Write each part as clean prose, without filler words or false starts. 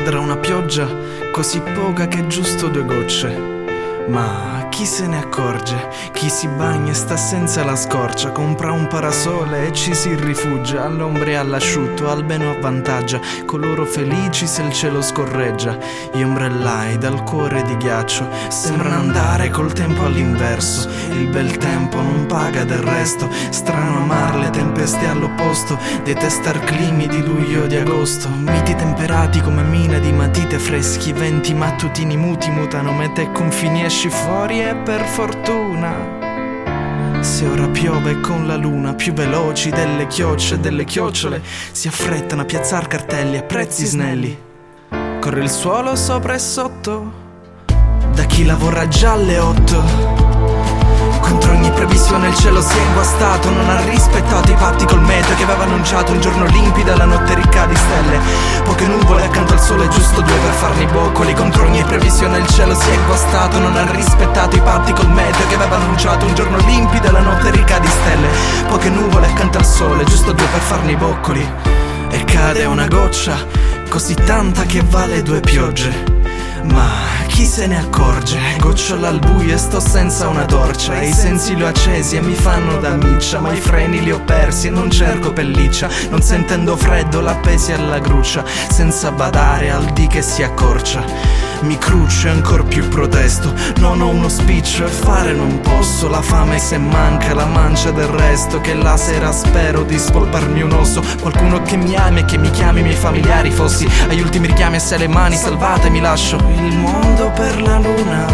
cadrà una pioggia così poca che è giusto 2 gocce. Ma chi se ne accorge? Chi si bagna e sta senza la scorcia, compra un parasole e ci si rifugia, all'ombra e all'asciutto almeno avvantaggia coloro felici se il cielo scorreggia. Gli ombrellai dal cuore di ghiaccio sembrano andare col tempo all'inverso, il bel tempo non paga del resto, strano amar le tempeste all'opposto, detestar climi di luglio o di agosto, miti temperati come mine di matite freschi, venti mattutini muti mutano mete e confini, esci fuori e per fortuna se ora piove con la luna, più veloci delle chiocce e delle chiocciole si affrettano a piazzar cartelli a prezzi snelli. Corre il suolo sopra e sotto da chi lavora già alle 8. Contro ogni previsione il cielo si è guastato, non ha rispettato i patti col meteo che aveva annunciato un giorno limpido e la notte ricca di stelle. Poche nuvole accanto al sole, giusto 2 per farne i boccoli. Contro ogni previsione il cielo si è guastato, non ha rispettato i patti col meteo che aveva annunciato un giorno limpido e la notte ricca di stelle. Poche nuvole accanto al sole, giusto 2 per farne i boccoli. E cade una goccia così tanta che vale 2 piogge. Ma chi se ne accorge? Gocciolo al buio e sto senza una torcia, e i sensi li ho accesi e mi fanno da miccia, ma i freni li ho persi e non cerco pelliccia, non sentendo freddo l'appesi alla gruccia, senza badare al dì che si accorcia. Mi cruccio e ancor più protesto, non ho uno spiccio e fare non posso, la fame se manca la mancia del resto, che la sera spero di spolparmi un osso, qualcuno che mi ami e che mi chiami i miei familiari fossi, agli ultimi richiami e se le mani salvate mi lascio il mondo per la luna,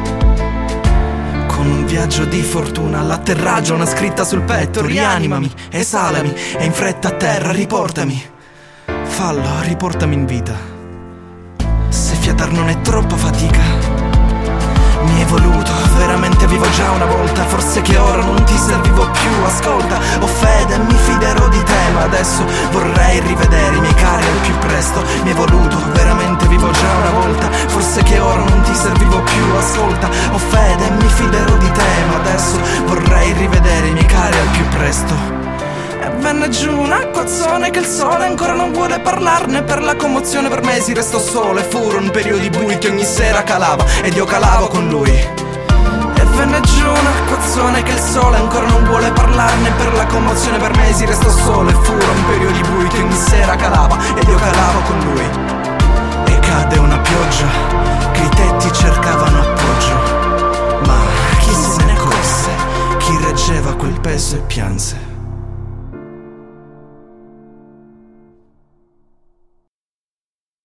con un viaggio di fortuna, all'atterraggio una scritta sul petto, rianimami, esalami e in fretta a terra riportami, fallo, riportami in vita. Se fiatar non è troppa fatica, mi hai voluto, veramente vivo già una volta, forse che ora non ti servivo più, ascolta, ho fede e mi fiderò di te, ma adesso vorrei rivedere i miei cari al più presto. Mi hai voluto, veramente vivo già una volta, forse che ora non ti servivo più, ascolta, ho fede e mi fiderò di te, ma adesso vorrei rivedere i miei cari al più presto. E venne giù un acquazzone che il sole ancora non vuole parlarne, per la commozione per mesi restò solo, e furono periodi bui che ogni sera calava ed io calavo con lui. E venne giù un acquazzone che il sole ancora non vuole parlarne, per la commozione per mesi restò solo, e furono periodi bui che ogni sera calava ed io calavo con lui. E cade una pioggia che i tetti cercavano appoggio, ma chi se ne accorse? Chi reggeva quel peso e pianse?